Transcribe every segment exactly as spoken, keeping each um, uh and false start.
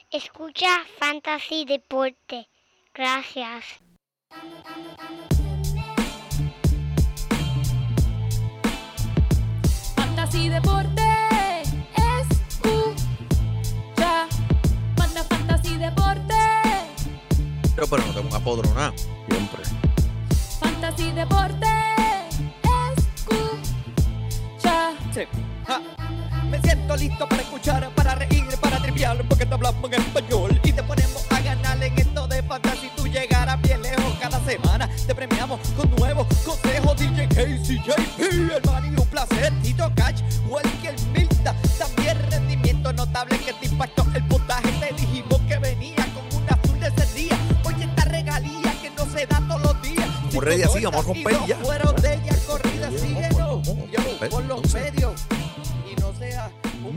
Escucha Fantasy Deporte. Gracias. Fantasy Deporte. Escucha. Manda Fantasy Deporte. Pero, pero no tengo un apodronado. Siempre. Fantasy Deporte. Escucha. Sí. Ja. Me siento listo para escuchar, para reír, para triviar, porque te hablamos en español y te ponemos a ganar en esto de fantasy. Tú llegarás bien lejos cada semana. Te premiamos con nuevos consejos. D J Casey, J P, hermano, y un placer. Tito Cash, Walker Milta, también rendimiento notable que te impactó el puntaje. Te dijimos que venía con una azul de ese día. Oye, esta regalía que no se da todos los días. Como ready así, vamos a romper ya. Fueron de ella corrida, síguenos. Yo, por los medios. Y no sea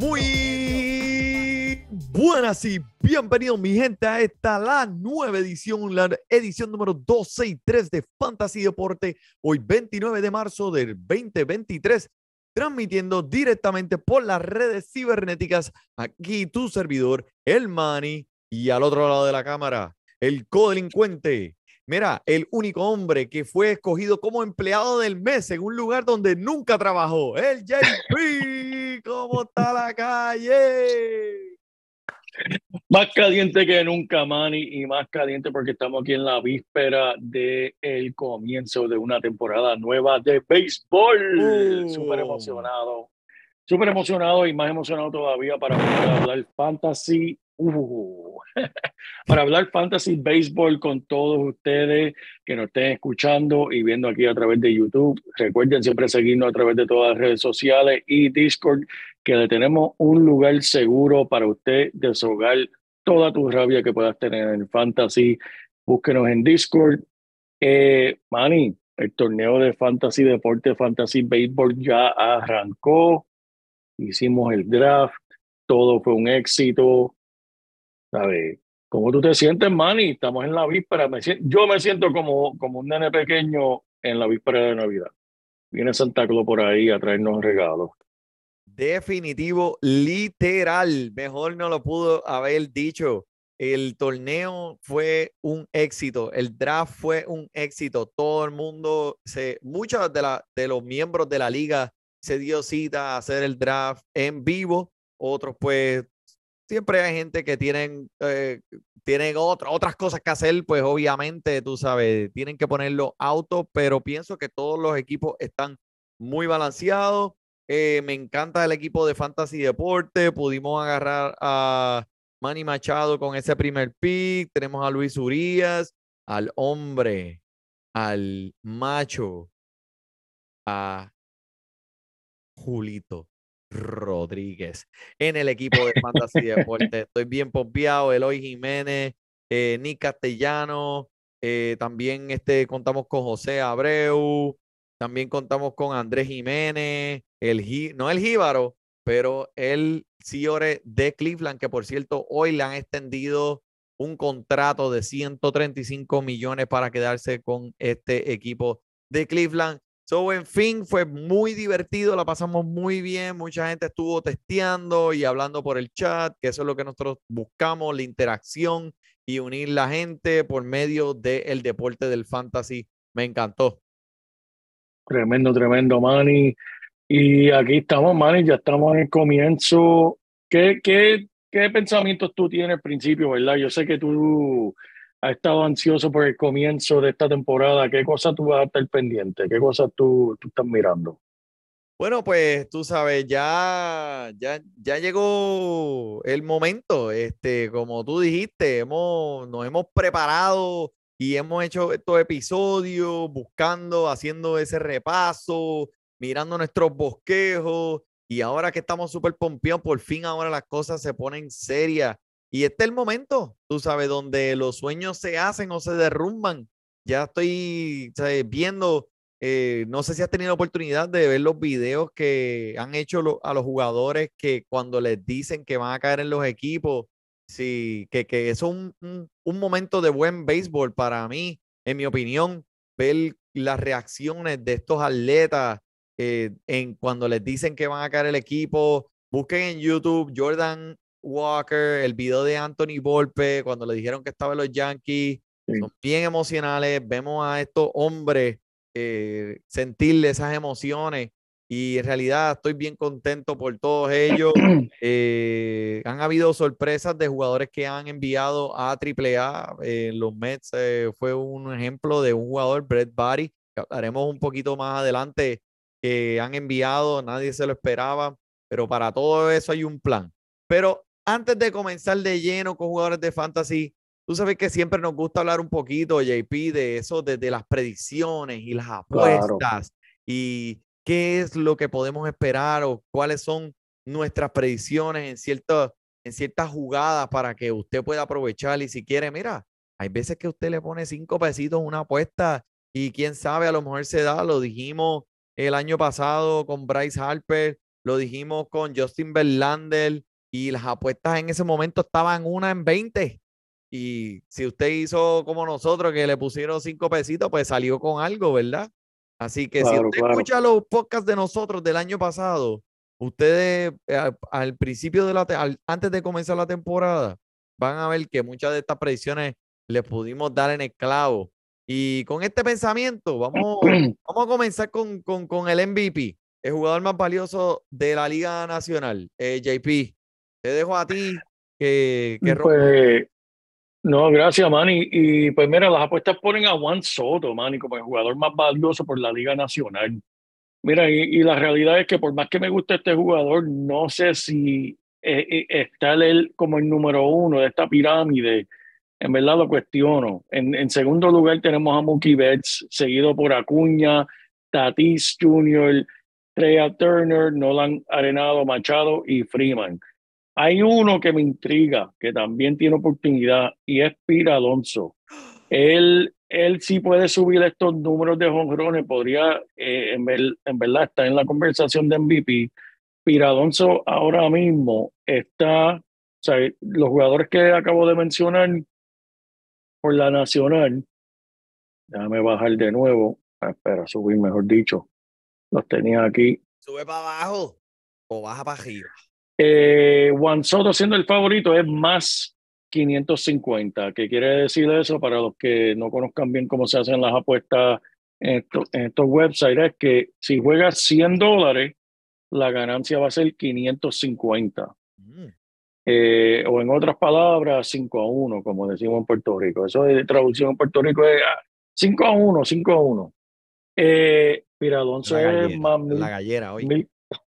Muy buenas y bienvenidos, mi gente, a esta la nueva edición, la edición número doscientos sesenta y tres de Fantasy Deporte, hoy veintinueve de marzo del veinte veintitrés, transmitiendo directamente por las redes cibernéticas. Aquí tu servidor, el Manny, y al otro lado de la cámara, el codelincuente. Mira, el único hombre que fue escogido como empleado del mes en un lugar donde nunca trabajó, el J P. ¿Cómo está la calle? Más caliente que nunca, Manny, y más caliente porque estamos aquí en la víspera del comienzo de una temporada nueva de béisbol. Oh. Súper emocionado, súper emocionado y más emocionado todavía para poder hablar fantasy. Uh, para hablar fantasy béisbol con todos ustedes que nos estén escuchando y viendo aquí a través de YouTube. Recuerden siempre seguirnos a través de todas las redes sociales y Discord, que le tenemos un lugar seguro para usted desahogar toda tu rabia que puedas tener en fantasy. Búsquenos en Discord. Eh, Manny, el torneo de fantasy deporte, fantasy béisbol ya arrancó. Hicimos el draft, todo fue un éxito. ¿Sabes? ¿Cómo tú te sientes, Manny? Estamos en la víspera. Me siento, yo me siento como, como un nene pequeño en la víspera de Navidad. Viene Santa Claus por ahí a traernos regalos. Definitivo, literal, mejor no lo pudo haber dicho. El torneo fue un éxito, el draft fue un éxito. Todo el mundo, se, muchos de, la, de los miembros de la liga se dio cita a hacer el draft en vivo. Otros, pues, siempre hay gente que tienen, eh, tienen otra, otras cosas que hacer, pues obviamente, tú sabes, tienen que poner los autos, pero pienso que todos los equipos están muy balanceados. Eh, me encanta el equipo de Fantasy Deporte. Pudimos agarrar a Manny Machado con ese primer pick. Tenemos a Luis Urías, al hombre, al macho, a Julito Rodríguez en el equipo de Fantasy Deporte. Estoy bien pompeado. Eloy Jiménez, eh, Nick Castellano. Eh, también este, contamos con José Abreu. También contamos con Andrés Jiménez, el, no el Jíbaro, pero el Ciore de Cleveland, que por cierto hoy le han extendido un contrato de ciento treinta y cinco millones para quedarse con este equipo de Cleveland. So, en fin, fue muy divertido, la pasamos muy bien, mucha gente estuvo testeando y hablando por el chat, que eso es lo que nosotros buscamos, la interacción y unir la gente por medio del deporte del fantasy. Me encantó. Tremendo, tremendo, Manny. Y aquí estamos, Manny, ya estamos en el comienzo. ¿Qué, qué, qué pensamientos tú tienes al principio, verdad? Yo sé que tú has estado ansioso por el comienzo de esta temporada. ¿Qué cosas tú vas a estar pendiente? ¿Qué cosas tú, tú estás mirando? Bueno, pues tú sabes, ya, ya, ya llegó el momento. Este, como tú dijiste, hemos, nos hemos preparado y hemos hecho estos episodios buscando, haciendo ese repaso, mirando nuestros bosquejos. Y ahora que estamos súper pompeados, por fin ahora las cosas se ponen serias. Y este es el momento, tú sabes, donde los sueños se hacen o se derrumban. Ya estoy, ¿sabes?, viendo. Eh, no sé si has tenido la oportunidad de ver los videos que han hecho lo, a los jugadores que cuando les dicen que van a caer en los equipos, sí, que, que eso es un, un, un momento de buen béisbol para mí, en mi opinión, ver las reacciones de estos atletas eh, en cuando les dicen que van a caer el equipo. Busquen en YouTube Jordan Walker, el video de Anthony Volpe, cuando le dijeron que estaba en los Yankees, Sí. son bien emocionales. Vemos a estos hombres eh, sentirle esas emociones y en realidad estoy bien contento por todos ellos. Eh, han habido sorpresas de jugadores que han enviado a Triple A. Eh, los Mets eh, fue un ejemplo de un jugador, Brett Barry, que hablaremos un poquito más adelante, que han enviado, nadie se lo esperaba, pero para todo eso hay un plan. Pero antes de comenzar de lleno con jugadores de fantasy, tú sabes que siempre nos gusta hablar un poquito, J P, de eso, de, de las predicciones y las Claro. apuestas y qué es lo que podemos esperar o cuáles son nuestras predicciones en ciertas, en ciertas jugadas para que usted pueda aprovechar. Y si quiere, mira, hay veces que usted le pone cinco pesitos a una apuesta y quién sabe, a lo mejor se da. Lo dijimos el año pasado con Bryce Harper, lo dijimos con Justin Verlander y las apuestas en ese momento estaban una en veinte. Y si usted hizo como nosotros, que le pusieron cinco pesitos, pues salió con algo, ¿verdad? Así que si Claro, usted claro. escucha los podcasts de nosotros del año pasado, ustedes eh, al, al principio de la, te- al- antes de comenzar la temporada, van a ver que muchas de estas predicciones les pudimos dar en el clavo. Y con este pensamiento, vamos, vamos a comenzar con, con, con el M V P, el jugador más valioso de la Liga Nacional. Eh, J P, te dejo a ti que, que ro- Pues, no, gracias, Manny. Y pues mira, las apuestas ponen a Juan Soto, Manny, como el jugador más valioso por la Liga Nacional. Mira, y, y la realidad es que por más que me guste este jugador, no sé si eh, eh, está él como el número uno de esta pirámide. En verdad lo cuestiono. En, en segundo lugar tenemos a Mookie Betts, seguido por Acuña, Tatis junior, Trea Turner, Nolan Arenado, Machado y Freeman. Hay uno que me intriga, que también tiene oportunidad, y es Pete Alonso. Él, él sí puede subir estos números de jonrones, podría, eh, en, ver- en verdad, estar en la conversación de M V P. Pete Alonso ahora mismo está, o sea, los jugadores que acabo de mencionar por la Nacional, déjame bajar de nuevo, ah, espera, subir, mejor dicho, los tenía aquí. sube para abajo o baja para arriba. Eh, Juan Soto siendo el favorito es más quinientos cincuenta. ¿Qué quiere decir eso para los que no conozcan bien cómo se hacen las apuestas en, esto- en estos websites? Es que si juegas cien dólares, la ganancia va a ser quinientos cincuenta. Mm. Eh, o en otras palabras, cinco a uno, como decimos en Puerto Rico. Eso de traducción en Puerto Rico es ah, cinco a uno, cinco a uno. Eh, Pete Alonso La es gallera, más la mil, gallera hoy. mil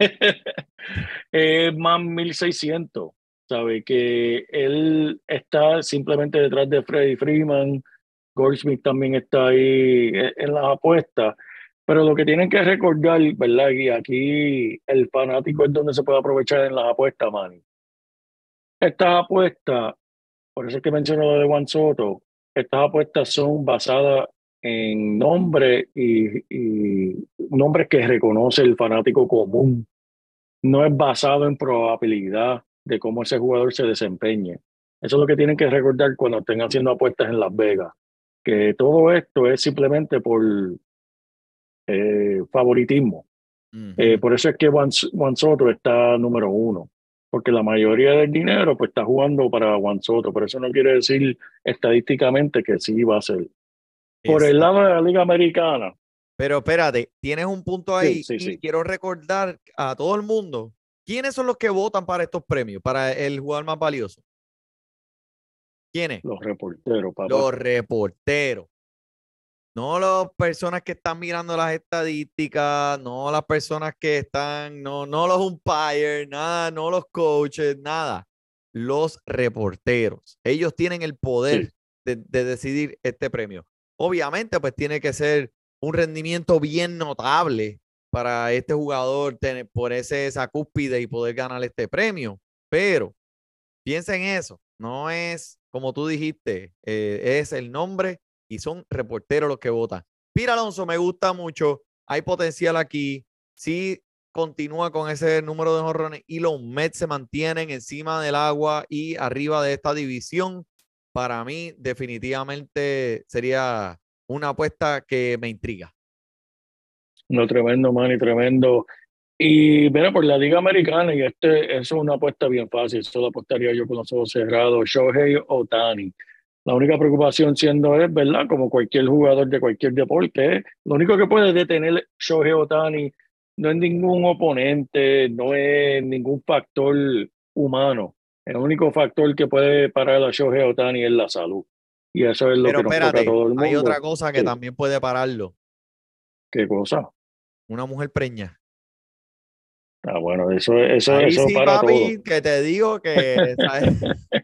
es más mil seiscientos, ¿sabe? Que él está simplemente detrás de Freddie Freeman, Goldschmidt también está ahí en en las apuestas, pero lo que tienen que recordar, ¿verdad? Y aquí el fanático es donde se puede aprovechar en las apuestas, Manny. Estas apuestas, por eso es que menciono lo de Juan Soto, estas apuestas son basadas en nombres y, y nombres que reconoce el fanático común. No es basado en probabilidad de cómo ese jugador se desempeñe. Eso es lo que tienen que recordar cuando estén haciendo apuestas en Las Vegas, que todo esto es simplemente por eh, favoritismo. Ujú. Eh, por eso es que Juan, Juan Soto está número uno, porque la mayoría del dinero pues está jugando para Juan Soto, pero eso no quiere decir estadísticamente que sí va a ser. Por el Exacto. lado de la Liga Americana, Pero espérate, tienes un punto sí, ahí sí, y sí, quiero recordar a todo el mundo, ¿quiénes son los que votan para estos premios, para el jugador más valioso? ¿Quiénes? los reporteros, papá. Los reporteros. No las personas que están mirando las estadísticas, no las personas que están, no, no los umpires, nada, no los coaches, nada. Los reporteros. Ellos tienen el poder Sí, de, de decidir este premio. Obviamente, pues tiene que ser un rendimiento bien notable para este jugador tener, ponerse esa cúspide y poder ganar este premio. Pero piensa en eso. No es, como tú dijiste, eh, es el nombre y son reporteros los que votan. Pete Alonso me gusta mucho. Hay potencial aquí. Sí continúa con ese número de jonrones y los Mets se mantienen encima del agua y arriba de esta división. Para mí, definitivamente sería una apuesta que me intriga. no, tremendo, Manny, tremendo. Y mira, por la Liga Americana, y este, eso es una apuesta bien fácil, eso lo apostaría yo con los ojos cerrados, Shohei Ohtani. La única preocupación siendo es, ¿verdad? Como cualquier jugador de cualquier deporte, es, lo único que puede detener Shohei Ohtani no es ningún oponente, no es ningún factor humano. El único factor que puede parar a Shohei Ohtani es la salud. Y eso es lo Pero que nos toca a espérate, todo el hay otra mundo. cosa que Sí, también puede pararlo. ¿qué cosa? Una mujer preña. Ah, bueno, eso, eso, Ahí eso sí, para todo. papi, que te digo que, ¿sabes?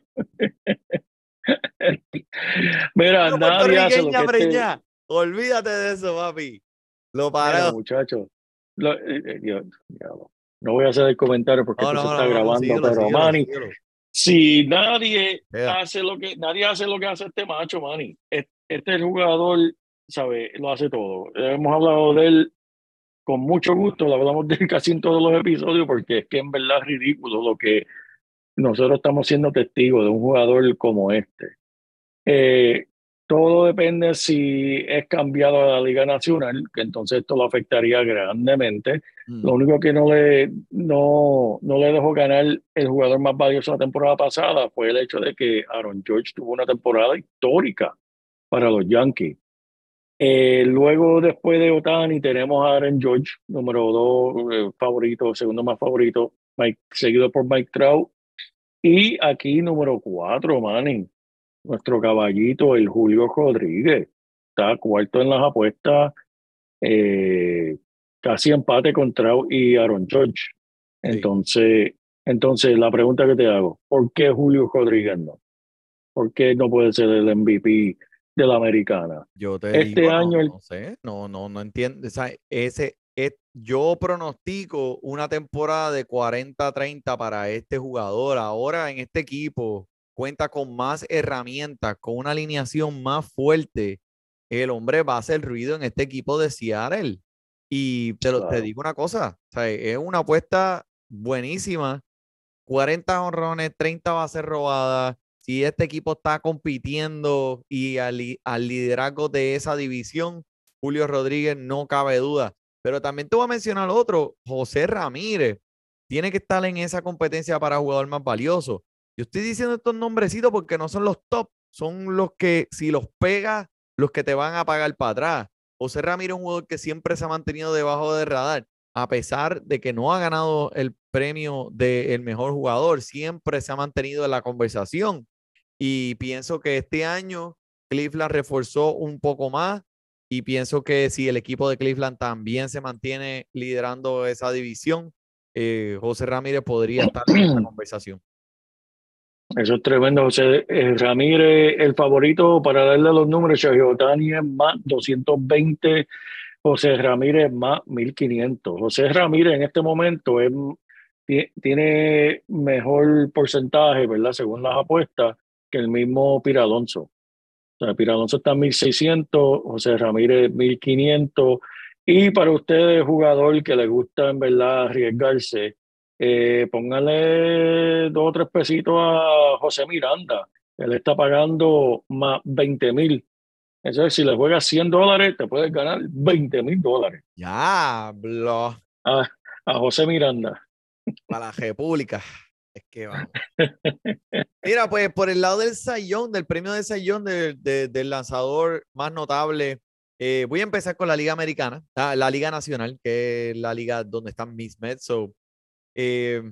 Mira, Una nadie hace lo puertorriqueña que este. preña. Olvídate de eso, papi. Lo Mira, paró. muchachos, lo- eh, eh, yo- ya no no voy a hacer el comentario porque No, esto se no, está no, no, grabando, síguelo, pero síguelo, Manny, síguelo. si nadie Queda. hace lo que nadie hace lo que hace este macho, Manny, es- este jugador, sabe, lo hace todo. Hemos hablado de él con mucho gusto, lo hablamos de él casi en todos los episodios porque es que en verdad es ridículo lo que nosotros estamos siendo testigos de un jugador como este. Eh, Todo depende si es cambiado a la Liga Nacional, que entonces esto lo afectaría grandemente. Mm. Lo único que no le, no, no le dejó ganar el jugador más valioso la temporada pasada fue el hecho de que Aaron George tuvo una temporada histórica para los Yankees. Eh, luego, después de Ohtani, tenemos a Aaron George, número dos eh, favorito, segundo más favorito, Mike, seguido por Mike Trout. Y aquí, número cuatro, Manning, nuestro caballito, el Julio Rodríguez, está cuarto en las apuestas, eh, casi empate con Trout y Aaron George. Sí, Entonces, entonces, la pregunta que te hago, ¿por qué Julio Rodríguez no? ¿Por qué no puede ser el M V P de la americana? yo te Este digo, no, año, el, no sé, no, no, no entiendo. O sea, ese, es- yo pronostico una temporada de cuarenta a treinta para este jugador. Ahora en este equipo cuenta con más herramientas, con una alineación más fuerte. El hombre va a hacer ruido en este equipo de Seattle. Y te, lo, te claro, digo una cosa, o sea, es una apuesta buenísima. Cuarenta honrones, treinta bases robadas. Si este equipo está compitiendo y al, li- al liderazgo de esa división, Julio Rodríguez no cabe duda. Pero también te voy a mencionar otro, José Ramírez. Tiene que estar en esa competencia para jugador más valioso. Yo estoy diciendo estos nombrecitos porque no son los top, son los que si los pegas, los que te van a pagar para atrás. José Ramírez es un jugador que siempre se ha mantenido debajo del radar a pesar de que no ha ganado el premio del mejor jugador, siempre se ha mantenido en la conversación. Y pienso que este año Cleveland reforzó un poco más y pienso que si el equipo de Cleveland también se mantiene liderando esa división, eh, José Ramírez podría estar en esa conversación. eso es tremendo. José eh, Ramírez, el favorito para darle los números, Shohei Ohtani es más doscientos veinte, José Ramírez más mil quinientos. José Ramírez en este momento es, tiene mejor porcentaje, ¿verdad? Según las apuestas, que el mismo Pira Alonso. O sea, Pira Alonso está en mil seiscientos, José Ramírez mil quinientos. Y para ustedes, jugador que le gusta en verdad arriesgarse, eh, pónganle dos o tres pesitos a José Miranda. Él está pagando más veinte mil. Eso es, si le juegas cien dólares, te puedes ganar veinte mil dólares. Ya, bro, A, a José Miranda. para la República. Es que vamos. Mira, pues por el lado del Sayón, del premio de Sayón, de, de, del lanzador más notable, eh, voy a empezar con la Liga Americana, la, la Liga Nacional, que es la liga donde están mis Mets. So, eh,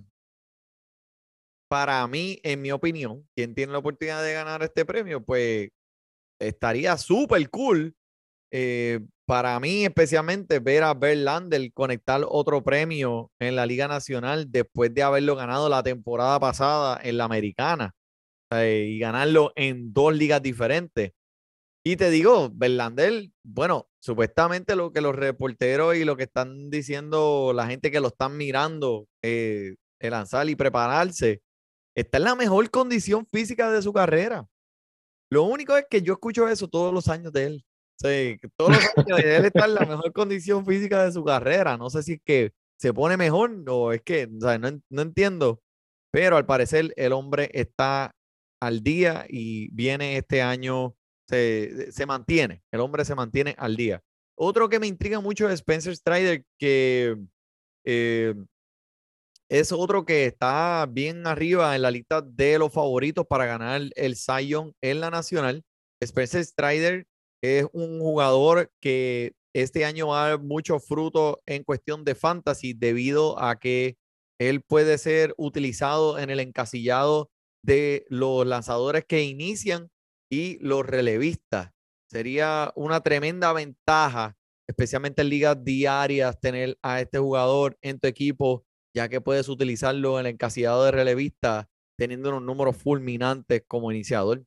para mí, en mi opinión, quien tiene la oportunidad de ganar este premio, pues estaría súper cool. eh, para mí, especialmente, ver a Verlander conectar otro premio en la Liga Nacional después de haberlo ganado la temporada pasada en la Americana eh, y ganarlo en dos ligas diferentes. Y te digo, Verlander, bueno, supuestamente lo que los reporteros y lo que están diciendo la gente que lo están mirando, eh, el lanzar y prepararse, está en la mejor condición física de su carrera. Lo único es que yo escucho eso todos los años de él. Sí, que todos los años de él está en la mejor condición física de su carrera. No sé si es que se pone mejor o es que, o sea, no, en- no entiendo, pero al parecer el hombre está al día y viene este año, se, se mantiene, el hombre se mantiene al día. Otro que me intriga mucho es Spencer Strider, que Eh, es otro que está bien arriba en la lista de los favoritos para ganar el Cy Young en la nacional. Spencer Strider es un jugador que este año va a dar mucho fruto en cuestión de fantasy debido a que él puede ser utilizado en el encasillado de los lanzadores que inician y los relevistas. Sería una tremenda ventaja, especialmente en ligas diarias, tener a este jugador en tu equipo, ya que puedes utilizarlo en el encasillado de relevista teniendo unos números fulminantes como iniciador.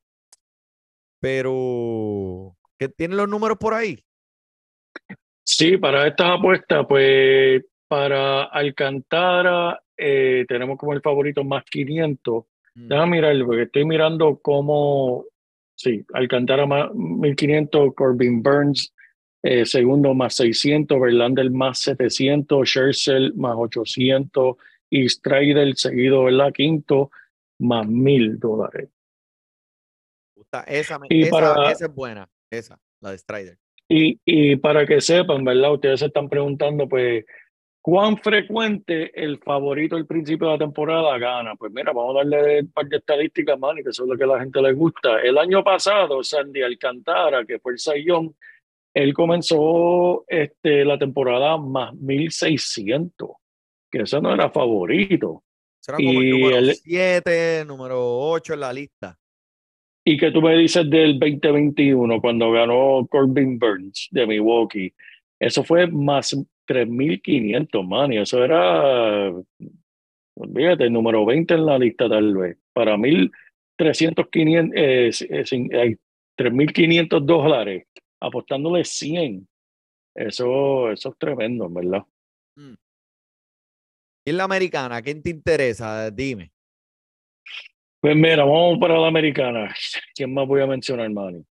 Pero, ¿qué tienen los números por ahí? Sí, para estas apuestas, pues para Alcantara eh, tenemos como el favorito más quinientos. Mm. Déjame mirar, porque estoy mirando cómo, sí, Alcantara más mil quinientos, Corbin Burns eh, segundo más seiscientos, Verlander más setecientos, Scherzer más ochocientos y Strider seguido, ¿verdad? Quinto más mil dólares. Gusta, esa, me- Y esa, para, esa es buena, esa, la de Strider. y, y para que sepan, ¿verdad? Ustedes se están preguntando, pues, ¿cuán frecuente el favorito al principio de la temporada gana? Pues mira, vamos a darle un par de estadísticas, man, y que eso es lo que a la gente le gusta. El año pasado, Sandy Alcantara, que fue el Cy Young, él comenzó este, la temporada más mil seiscientos, que eso no era favorito. Eso era como el Y, número el, siete, número ocho en la lista. ¿Y qué tú me dices del veinte veintiuno cuando ganó Corbin Burns de Milwaukee? Eso fue más tres mil quinientos, man, y eso era, olvídate, el número veinte en la lista tal vez. Para mil trescientos, quinientos, eh, eh, sin- eh, tres mil quinientos dólares, apostándole cien. Eso, eso es tremendo, en ¿verdad? Mm. ¿Y en la americana? ¿Quién te interesa? Dime. Pues mira, vamos para la americana. ¿Quién más voy a mencionar, Manny?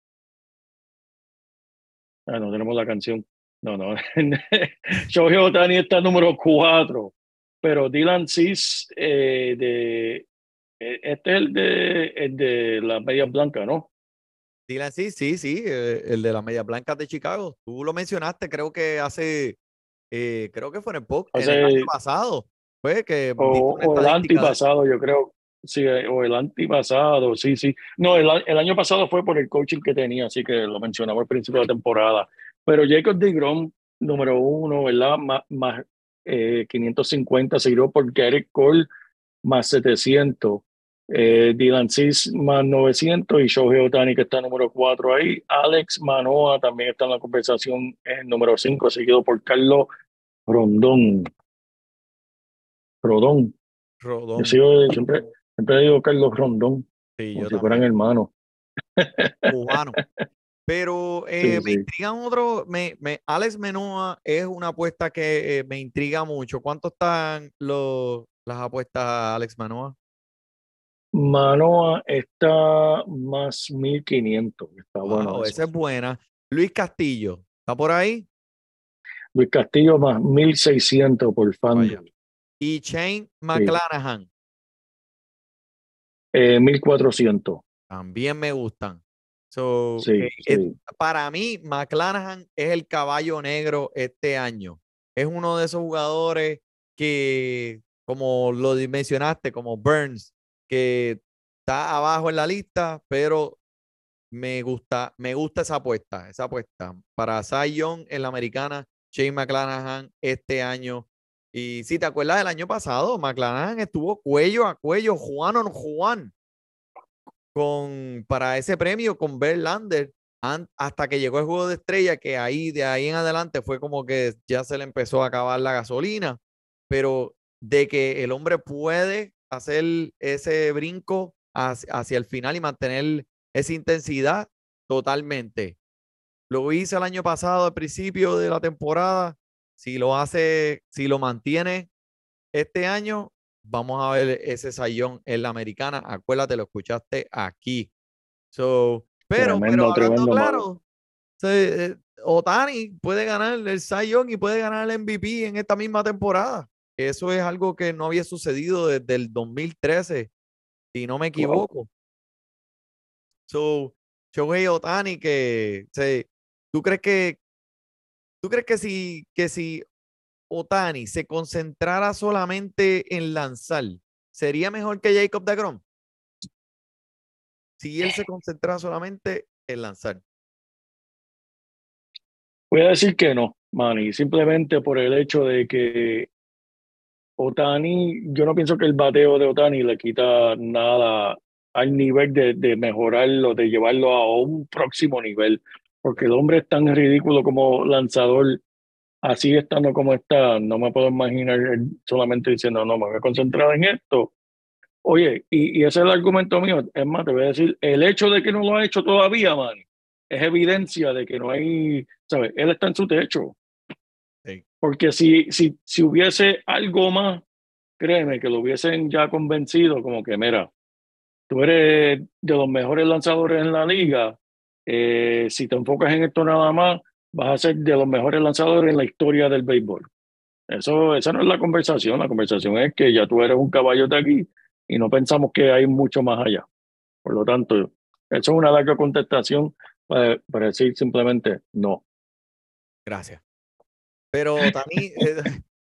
Ah, no tenemos la canción. No, no. Shohei Ohtani está número cuatro, pero Dylan Cease eh, de eh, este es el de, el de las medias blancas, ¿no? Dylan, sí, sí, sí, eh, el de las medias blancas de Chicago. Tú lo mencionaste, creo que hace, eh, creo que fue en el, po- O en el sea, año pasado. Fue que diste o, una o el estadística de él. antipasado, yo creo. Sí, eh, o el antipasado, sí, sí. No, el, a- el año pasado fue por el coaching que tenía, así que lo mencionaba al principio de la temporada. Pero Jacob deGrom, número uno, ¿verdad? Más, más eh, quinientos cincuenta, seguido por Garrett Cole, más setecientos. Eh, Dylan Cease más novecientos y Shohei Ohtani que está número cuatro ahí. Alex Manoa también está en la conversación en número cinco, seguido por Carlos Rondón. Rodón. Yo Rodón. sigo, siempre, siempre digo Carlos Rondón, Sí, como yo si fueran también. hermanos. Cubano. Pero eh, Sí, me sí. intrigan otro, me, me, Alex Menoa es una apuesta que eh, me intriga mucho. ¿Cuánto están los, las apuestas a Alex Manoa? Manoa está más mil quinientos. Está bueno Wow, eso. esa es buena. Luis Castillo, ¿está por ahí? Luis Castillo más mil seiscientos por Vaya. FanDuel. Y Shane Sí. McClanahan, Eh, mil cuatrocientos. también me gustan. So, eh, Sí, es- sí. para mí, McClanahan es el caballo negro este año. Es uno de esos jugadores que, como lo di- mencionaste, como Burns, que está abajo en la lista, pero me gusta, me gusta esa apuesta, esa apuesta. Para Cy Young en la americana, Shane McClanahan este año. Y si te acuerdas del año pasado, McClanahan estuvo cuello a cuello, Juan on Juan con, para ese premio con Verlander hasta que llegó el juego de estrella, que ahí de ahí en adelante fue como que ya se le empezó a acabar la gasolina, pero de que el hombre puede hacer ese brinco hacia, hacia el final y mantener esa intensidad totalmente. Lo hice el año pasado, al principio de la temporada. Si lo hace, si lo mantiene este año, vamos a ver ese sayón en la americana. Acuérdate, lo escuchaste aquí. So, pero, pero Tremendo, hablando tremendo, mano. claro, se, eh, Otani puede ganar el Cy Young y puede ganar el M V P en esta misma temporada. Eso es algo que no había sucedido desde el dos mil trece, si no me Wow. equivoco. So, Shohei Otani, que se, ¿tú crees que, tú crees que si, que si Ohtani se concentrara solamente en lanzar, ¿sería mejor que Jacob deGrom? Si él se concentrara solamente en lanzar. Voy a decir que no, Manny, simplemente por el hecho de que Ohtani, yo no pienso que el bateo de Ohtani le quita nada al nivel de, de mejorarlo, de llevarlo a un próximo nivel, porque el hombre es tan ridículo como lanzador, así estando como está, no me puedo imaginar él solamente diciendo, no, me voy a concentrar en esto. Oye, y, y ese es el argumento mío, es más, te voy a decir, el hecho de que no lo ha hecho todavía, man, es evidencia de que no hay, ¿sabes? Él está en su techo. Sí. Porque si, si, si hubiese algo más, créeme que lo hubiesen ya convencido, como que, mira, tú eres de los mejores lanzadores en la liga, eh, si te enfocas en esto nada más, vas a ser de los mejores lanzadores en la historia del béisbol. Eso, esa no es la conversación, la conversación es que ya tú eres un caballo de aquí y no pensamos que hay mucho más allá. Por lo tanto, eso es una larga contestación para, para decir simplemente no. Gracias. Pero Ohtani, eh,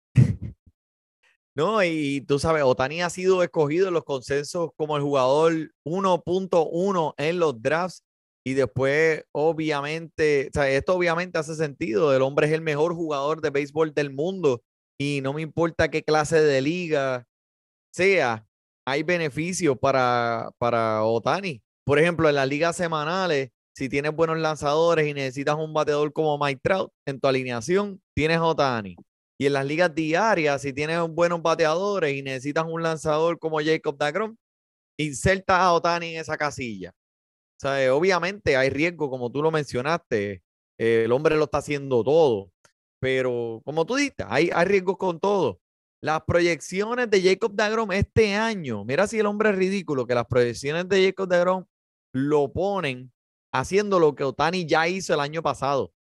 no, y tú sabes, Ohtani ha sido escogido en los consensos como el jugador uno punto uno en los drafts y después, obviamente, o sea, esto obviamente hace sentido. El hombre es el mejor jugador de béisbol del mundo y no me importa qué clase de liga sea, hay beneficios para, para Ohtani. Por ejemplo, en las ligas semanales, si tienes buenos lanzadores y necesitas un bateador como Mike Trout en tu alineación, tienes a Ohtani. Y en las ligas diarias, si tienes buenos bateadores y necesitas un lanzador como Jacob deGrom, inserta a Ohtani en esa casilla. O sea, eh, obviamente hay riesgo, como tú lo mencionaste, eh, el hombre lo está haciendo todo, pero como tú dijiste, hay, hay riesgos con todo. Las proyecciones de Jacob deGrom este año, mira si el hombre es ridículo, que las proyecciones de Jacob deGrom lo ponen haciendo lo que Ohtani ya hizo el año pasado.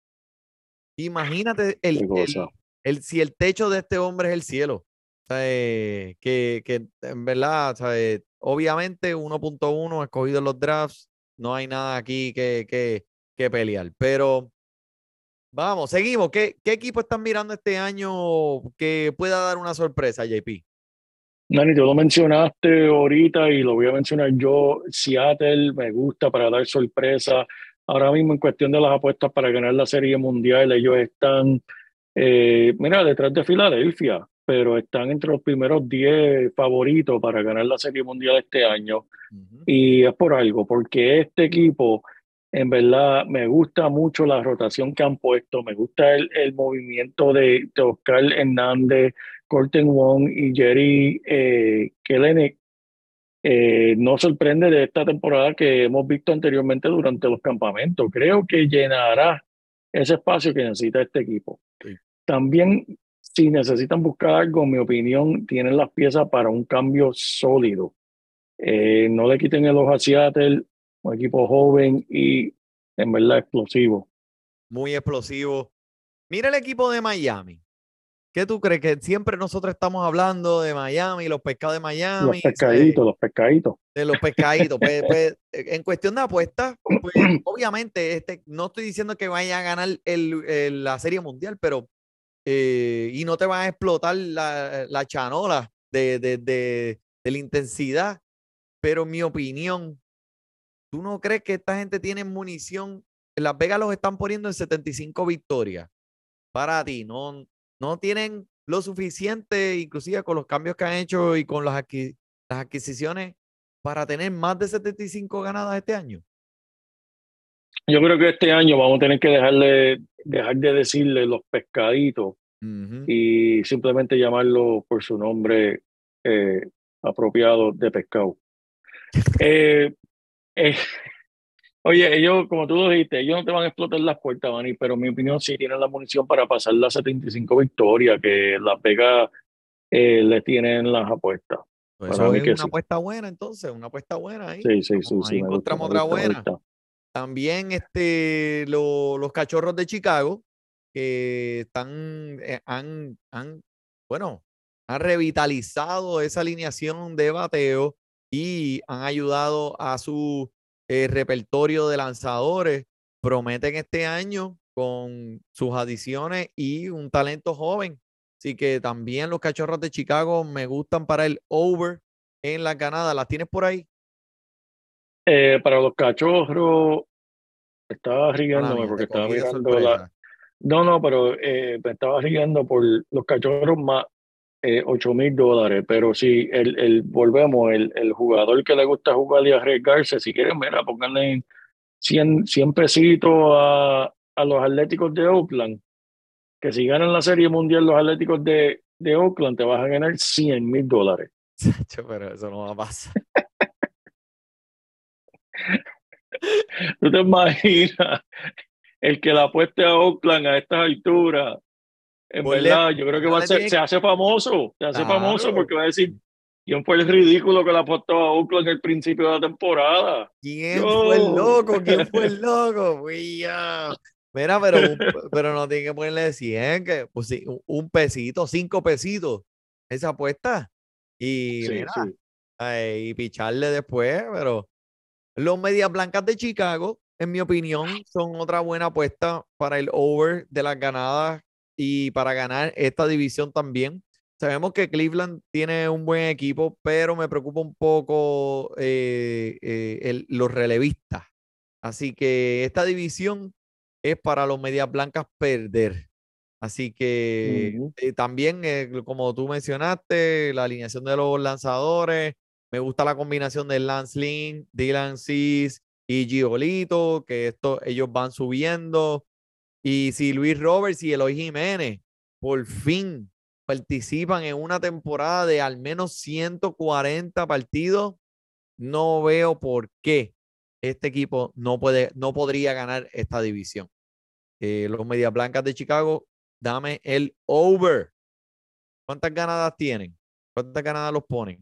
Imagínate el, Qué cosa. el, el, si el techo de este hombre es el cielo. O sea, eh, que, que en verdad, o sea, eh, obviamente uno punto uno escogido en los drafts, no hay nada aquí que, que, que pelear. Pero vamos, seguimos. ¿Qué, ¿Qué equipo están mirando este año que pueda dar una sorpresa, J P? Nani, tú lo mencionaste ahorita y lo voy a mencionar yo. Seattle me gusta para dar sorpresa. Ahora mismo en cuestión de las apuestas para ganar la Serie Mundial, ellos están, eh, mira, detrás de Filadelfia, pero están entre los primeros diez favoritos para ganar la Serie Mundial este año. Uh-huh. Y es por algo, porque este equipo, en verdad, me gusta mucho la rotación que han puesto, me gusta el, el movimiento de, de Oscar Hernández, Colton Wong y Jerry eh, Kelenic. Eh, no sorprende de esta temporada que hemos visto anteriormente durante los campamentos. Creo que llenará ese espacio que necesita este equipo. Sí. También, si necesitan buscar algo, en mi opinión, tienen las piezas para un cambio sólido. Eh, no le quiten el ojo a Seattle, un equipo joven y en verdad explosivo. Muy explosivo. Mira el equipo de Miami. ¿Qué tú crees? Que siempre nosotros estamos hablando de Miami, los pescados de Miami, Los pescaditos, ¿sabes? los pescaditos. De los pescaditos. Pues, pues, en cuestión de apuestas, pues obviamente este, no estoy diciendo que vaya a ganar el, el, la Serie Mundial, pero eh, y no te van a explotar la, la chanola de, de, de, de la intensidad, pero en mi opinión, ¿tú no crees que esta gente tiene munición? En Las Vegas los están poniendo en setenta y cinco victorias. Para ti, no, no tienen lo suficiente, inclusive con los cambios que han hecho y con las, adqui las adquisiciones, para tener más de setenta y cinco ganadas este año. Yo creo que este año vamos a tener que dejarle, dejar de decirle los pescaditos Uh-huh. y simplemente llamarlo por su nombre eh, apropiado de pescado. eh, eh, Oye, ellos, como tú lo dijiste, ellos no te van a explotar las puertas, Manny, pero en mi opinión sí tienen la munición para pasar las setenta y cinco victorias que Las Vegas eh, le tienen las apuestas. Pues Para eso mí es que una sí. apuesta buena, entonces, una apuesta buena ahí. Sí, sí, sí, Vamos, sí, ahí me gusta, me encontramos otra gusta, me buena. gusta. También este, lo, los cachorros de Chicago, que están, eh, han, han, bueno, han revitalizado esa alineación de bateo y han ayudado a su eh, repertorio de lanzadores. Prometen este año con sus adiciones y un talento joven Así que también los Cachorros de Chicago me gustan para el over en las ganadas. ¿Las tienes por ahí? Eh, para los Cachorros, estaba Mala riéndome mía, porque te estaba cogí de mirando la... sorpresa. No, no, pero eh, me estaba riendo por los Cachorros más eh, ocho mil dólares, pero sí, el, el, volvemos, el, el jugador que le gusta jugar y arriesgarse, si quieren, mira, pónganle cien cien pesitos a, a los Atléticos de Oakland, que si ganan la Serie Mundial los Atléticos de, de Oakland, te vas a ganar cien mil dólares. Chacho, pero eso no va a pasar. ¿Tú te imaginas el que la apueste a Oakland a estas alturas? En Ponle, verdad, yo creo que no va a le ser, tiene, se hace famoso, se hace famoso claro. porque va a decir, ¿quién fue el ridículo que la apostó a Oakland al principio de la temporada? ¿Quién fue el Yo. loco? ¿Quién fue el loco? Uy, ya. Mira, pero, un- pero no tiene que ponerle cien, que pues sí, un, un pesito, cinco pesitos, esa apuesta. Y Sí, mira, sí. ay, y picharle después, pero los Medias Blancas de Chicago, en mi opinión, son otra buena apuesta para el over de las ganadas y para ganar esta división también. Sabemos que Cleveland tiene un buen equipo, pero me preocupa un poco eh, eh, el- los relevistas. Así que esta división es para los Medias Blancas perder. Así que Ujú. eh, también, eh, como tú mencionaste, la alineación de los lanzadores. Me gusta la combinación de Lance Lynn, Dylan Cease y Giolito, que esto, ellos van subiendo. Y si Luis Roberts y Eloy Jiménez por fin participan en una temporada de al menos ciento cuarenta partidos, no veo por qué este equipo no, puede, no podría ganar esta división. Eh, los Medias Blancas de Chicago, dame el over. ¿Cuántas ganadas tienen? ¿Cuántas ganadas los ponen?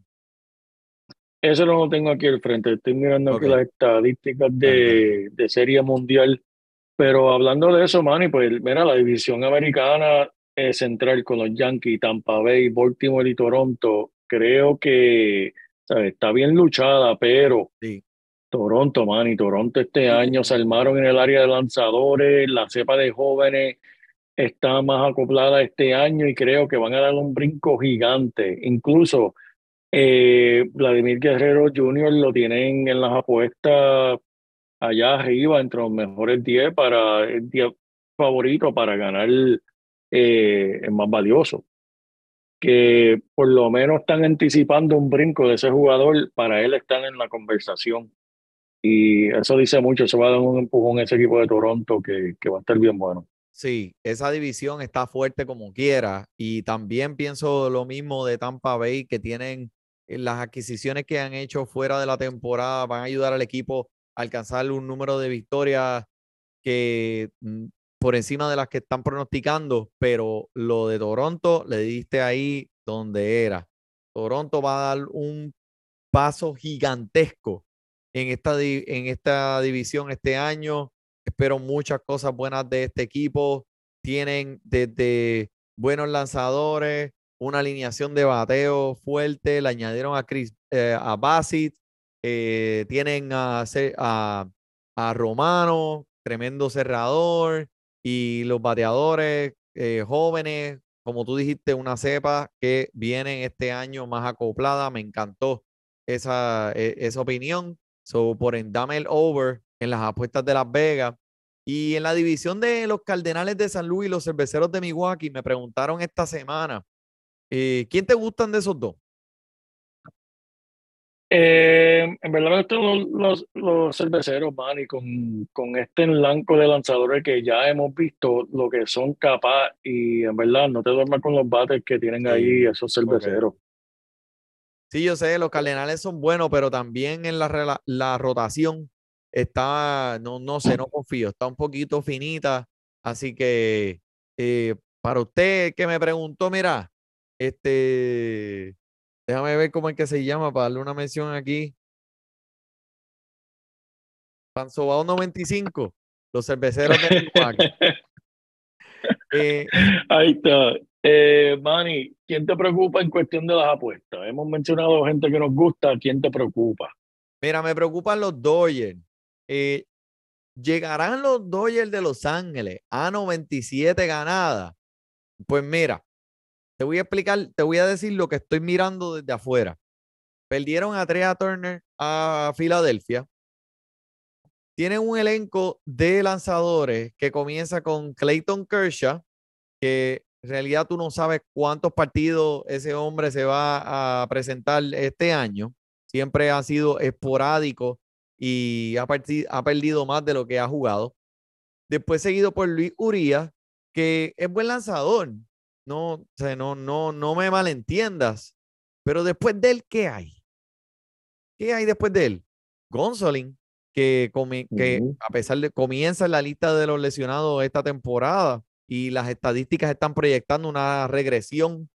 Eso no lo tengo aquí al frente. Estoy mirando aquí Ok, las estadísticas dale, dale. de, de Serie Mundial. Pero hablando de eso, Manny, pues mira, la división americana eh, central con los Yankees, Tampa Bay, Baltimore y Toronto, creo que, ¿sabes? Está bien luchada, pero Sí. Toronto, Manny, Toronto este año se armaron en el área de lanzadores, la cepa de jóvenes está más acoplada este año y creo que van a dar un brinco gigante. Incluso eh, Vladimir Guerrero junior lo tienen en las apuestas allá arriba entre los mejores diez para el diez favorito para ganar eh, el más valioso. Que por lo menos están anticipando un brinco de ese jugador para él estar en la conversación. Y eso dice mucho, eso va a dar un empujón a ese equipo de Toronto que, que va a estar bien bueno. Sí, esa división está fuerte como quiera y también pienso lo mismo de Tampa Bay, que tienen eh, las adquisiciones que han hecho fuera de la temporada, van a ayudar al equipo a alcanzar un número de victorias que mm, por encima de las que están pronosticando, pero lo de Toronto le diste ahí donde era. Toronto va a dar un paso gigantesco en esta, di- en esta división este año. Espero muchas cosas buenas de este equipo. Tienen desde buenos lanzadores, una alineación de bateo fuerte, le añadieron a Chris, eh, a Bassett, eh, tienen a, Ce- a, a Romano, tremendo cerrador, y los bateadores eh, jóvenes, como tú dijiste, una cepa que viene este año más acoplada. Me encantó esa, e- esa opinión. So, por en dame el over en las apuestas de Las Vegas. Y en la división de los Cardenales de San Luis y los Cerveceros de Milwaukee, me preguntaron esta semana, eh, ¿quién te gustan de esos dos? Eh, en verdad me gustan los, los, los cerveceros, man, y con, con este elenco de lanzadores que ya hemos visto lo que son capaces, y en verdad no te duermas con los bates que tienen ahí Sí, esos correcto. cerveceros. Sí, yo sé, los Cardenales son buenos, pero también en la, rela- la rotación está, no, no sé, no confío, está un poquito finita. Así que eh, para usted que me preguntó, mira, este, déjame ver cómo es que se llama para darle una mención aquí. Panzobao noventa y cinco, los cerveceros de Milwaukee. Eh, Ahí está. Eh, Manny, ¿quién te preocupa en cuestión de las apuestas? Hemos mencionado gente que nos gusta, ¿quién te preocupa? mira, me preocupan los Dodgers. Eh, ¿Llegarán los Dodgers de Los Ángeles a noventa y siete ganadas? Pues mira. Te voy a explicar, te voy a decir lo que estoy mirando desde afuera. Perdieron a Trea Turner a Filadelfia. Tienen un elenco de lanzadores que comienza con Clayton Kershaw, que en realidad tú no sabes cuántos partidos ese hombre se va a presentar este año. Siempre ha sido esporádico y ha, ha perdido más de lo que ha jugado. Después seguido por Luis Urías, que es buen lanzador. No, o sea, no, no, no me malentiendas. Pero después de él, ¿qué hay? ¿Qué hay después de él? Gonsolin, que, comi que Ujú. a pesar de comienza en la lista de los lesionados esta temporada y las estadísticas están proyectando una regresión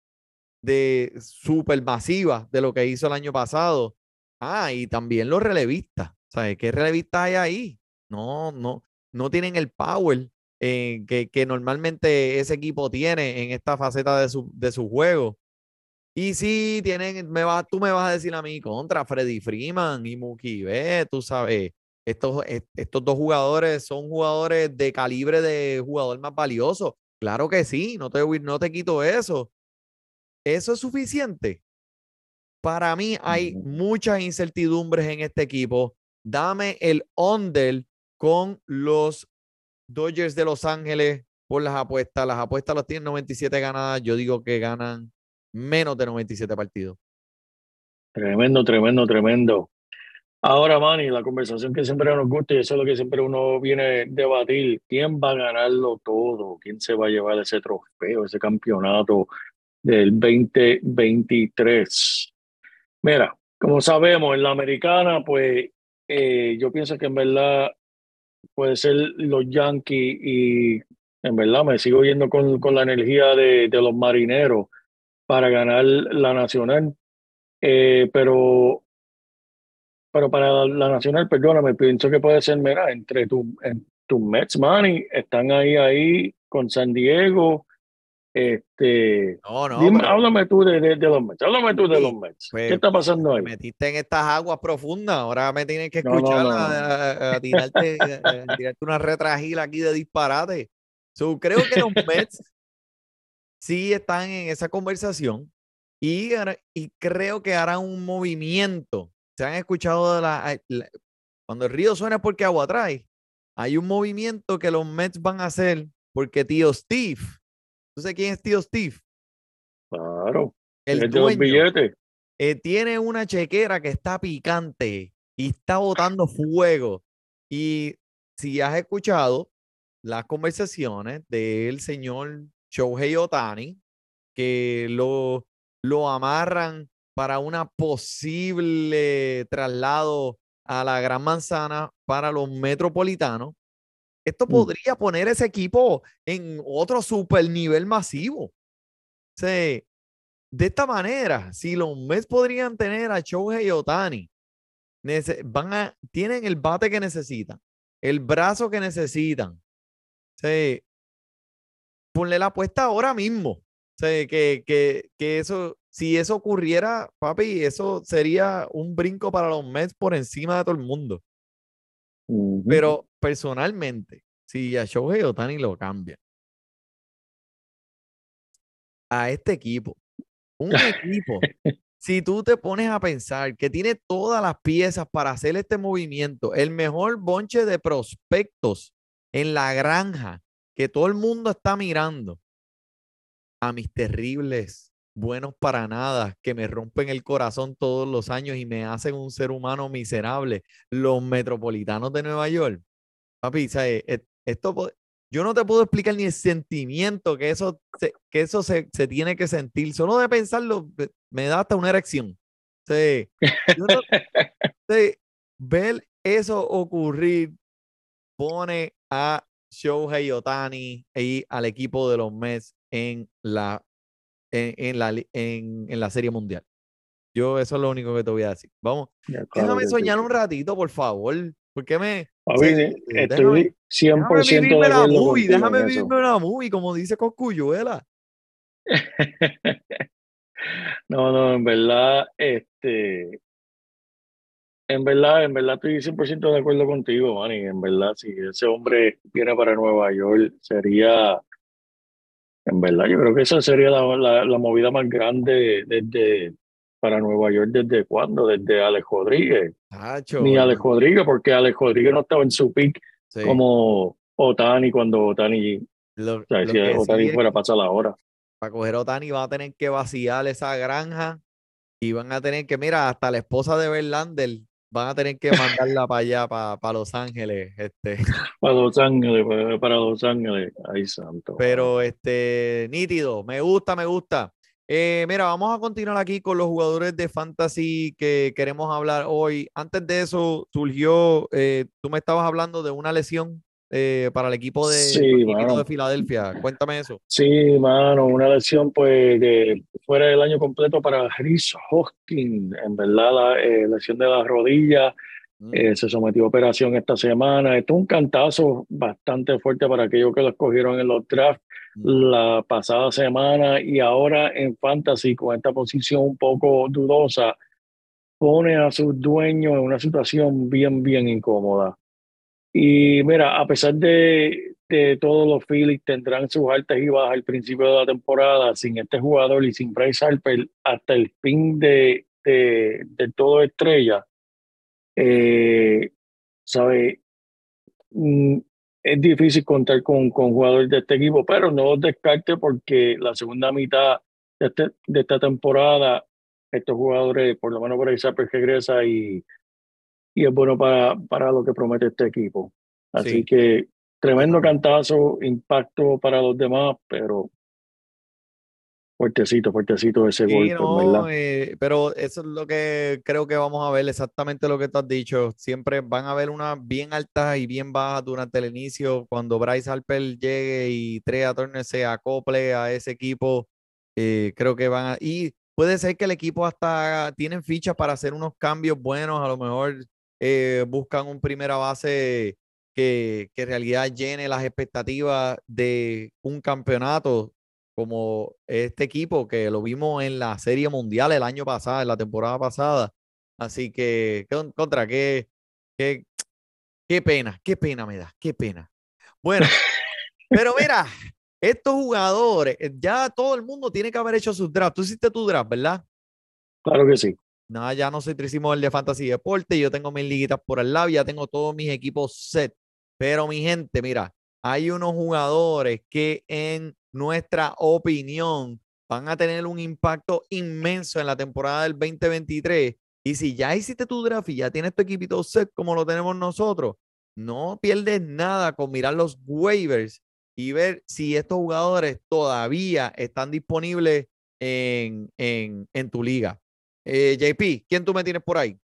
de súper masiva de lo que hizo el año pasado. Ah, y también los relevistas. ¿Sabes qué relevistas hay ahí? No, no, no tienen el power eh, que, que normalmente ese equipo tiene en esta faceta de su, de su juego. Y sí, tienen, me va, tú me vas a decir a mí contra Freddy Freeman y Mookie Betts, tú sabes, estos, est- estos dos jugadores son jugadores de calibre de jugador más valioso. Claro que sí, no te, voy- no te quito eso. ¿Eso es suficiente? Para mí hay Ujú. muchas incertidumbres en este equipo. Dame el under con los Dodgers de Los Ángeles por las apuestas. Las apuestas las tienen noventa y siete ganadas. Yo digo que ganan menos de noventa y siete partidos. Tremendo, tremendo, tremendo. Ahora, Manny, la conversación que siempre nos gusta y eso es lo que siempre uno viene a debatir, ¿quién va a ganarlo todo? ¿Quién se va a llevar ese trofeo, ese campeonato del veinte veintitrés? Mira, como sabemos, en la americana, pues eh, yo pienso que en verdad puede ser los Yankees y en verdad me sigo yendo con, con la energía de, de los marineros para ganar la nacional. Eh, pero Pero para la nacional, perdóname, pienso que puede ser, mira, entre tu, en, tus Mets, Manny, están ahí, ahí con San Diego. Este, No, no, dime, pero háblame tú de, de, de los Mets, háblame tú de los sí, Mets. ¿Qué pues, está pues, pasando te ahí? metiste en estas aguas profundas. Ahora me tienes que No, no, escuchar no, a, no. a- a tirarte, a- a tirarte una retragil aquí de disparate. So, creo que los Mets sí están en esa conversación y, hará- y creo que harán un movimiento. Se han escuchado de la, la- cuando el río suena es porque agua trae. Hay un movimiento que los Mets van a hacer porque tío Steve, ¿tú sabes quién es tío Steve? Claro, El es de los dueño. billetes. Eh, tiene una chequera que está picante y está botando fuego. Y si has escuchado las conversaciones del señor Shohei Ohtani, que lo, lo amarran para una posible traslado a la Gran Manzana para los metropolitanos, esto Mm, podría poner ese equipo en otro super nivel masivo. O sea, de esta manera, si los Mets podrían tener a Shohei Ohtani, van a, tienen el bate que necesitan, el brazo que necesitan. O sea, ponle la apuesta ahora mismo. O sea, que, que, que eso, si eso ocurriera, papi, eso sería un brinco para los Mets por encima de todo el mundo. ujú. Pero personalmente, si a Shohei Ohtani lo cambia a este equipo, un equipo, si tú te pones a pensar que tiene todas las piezas para hacer este movimiento, el mejor bonche de prospectos en la granja que todo el mundo está mirando, a mis terribles, buenos para nada, que me rompen el corazón todos los años y me hacen un ser humano miserable, los metropolitanos de Nueva York. Papi, ¿sabes? E- Esto, po- yo no te puedo explicar ni el sentimiento que eso, se, que eso se, se tiene que sentir. Solo de pensarlo me me da hasta una erección. Sí. Yo no sé, ver eso ocurrir pone a Shohei Ohtani y al equipo de los Mets en la, en, en la, li- en, en la Serie Mundial. Yo eso es lo único que te voy a decir. Vamos, Ya, claro déjame que sí. soñar un ratito, por favor. ¿Por qué me... Papi, sé, déjame, estoy cien por déjame ciento de vivirme la acuerdo movie, contigo déjame en eso. vivirme la movie, como dice Coscuyuela. No, no, en verdad, este, en verdad, en verdad estoy cien por ciento de acuerdo contigo, Manny. En verdad, si ese hombre viene para Nueva York, sería, En verdad, yo creo que esa sería la, la, la movida más grande desde, para Nueva York. ¿Desde cuándo? Desde Alex Rodríguez. Ni Tacho, Alex y- Rodríguez, porque Alex Rodríguez no estaba en su pick sí. como Otani cuando Otani, o Lo, sea, lo si que Otani sí es fuera a que pasar la hora. para coger a Otani van a tener que vaciar esa granja y van a tener que, mira, hasta la esposa de Verlander van a tener que mandarla para allá, para, para Los Ángeles, este. Para Los Ángeles, para, para Los Ángeles. Ay, santo, mano. Pero este, nítido, me gusta, me gusta. Eh, mira, vamos a continuar aquí con los jugadores de fantasy que queremos hablar hoy. Antes de eso, surgió, eh, tú me estabas hablando de una lesión eh, para el equipo de los Sí, Ñequitos de mano. Filadelfia. Cuéntame eso. Sí, mano, una lesión pues de fuera del año completo para Chris Hoskins, en verdad la eh, lesión de la rodilla, Mm, eh, se sometió a operación esta semana. Esto es un cantazo bastante fuerte para aquellos que lo escogieron en los drafts mm. la pasada semana y ahora en Fantasy con esta posición un poco dudosa, pone a sus dueños en una situación bien, bien incómoda. Y mira, a pesar de, de todos los Phillies tendrán sus altas y bajas al principio de la temporada, sin este jugador y sin Bryce Harper hasta el fin de, de, de todo estrella, eh, ¿sabe? Mm, es difícil contar con, con jugadores de este equipo, pero no los descarte porque la segunda mitad de, este, de esta temporada, estos jugadores, por lo menos Bryce Harper regresa y y es bueno para, para lo que promete este equipo. Así Sí, que tremendo totalmente. cantazo, impacto para los demás, pero fuertecito, fuertecito ese Sí, golpe, en verdad. no, eh, pero eso es lo que creo que vamos a ver, exactamente lo que tú has dicho. Siempre van a haber unas bien altas y bien bajas durante el inicio. Cuando Bryce Harper llegue y Trea Turner se acople a ese equipo, eh, creo que van a... Y puede ser que el equipo hasta tienen fichas para hacer unos cambios buenos. A lo mejor eh, buscan un primera base que, que en realidad llene las expectativas de un campeonato como este equipo que lo vimos en la Serie Mundial el año pasado, en la temporada pasada. Así que, con- contra, qué, qué, qué pena, qué pena me da, qué pena. Bueno, pero mira, estos jugadores, eh, ya todo el mundo tiene que haber hecho sus drafts. Tú hiciste tu draft, ¿verdad? Claro que sí. No, ya no soy hicimos el de Fantasy Deporte, yo tengo mis liguitas por el lado, ya tengo todos mis equipos set. Pero mi gente, mira, hay unos jugadores que en nuestra opinión van a tener un impacto inmenso en la temporada del dos mil veintitrés. Y si ya hiciste tu draft y ya tienes tu equipito set como lo tenemos nosotros, no pierdes nada con mirar los waivers y ver si estos jugadores todavía están disponibles en, en, en tu liga. Eh, J P, ¿quién tú me tienes por ahí?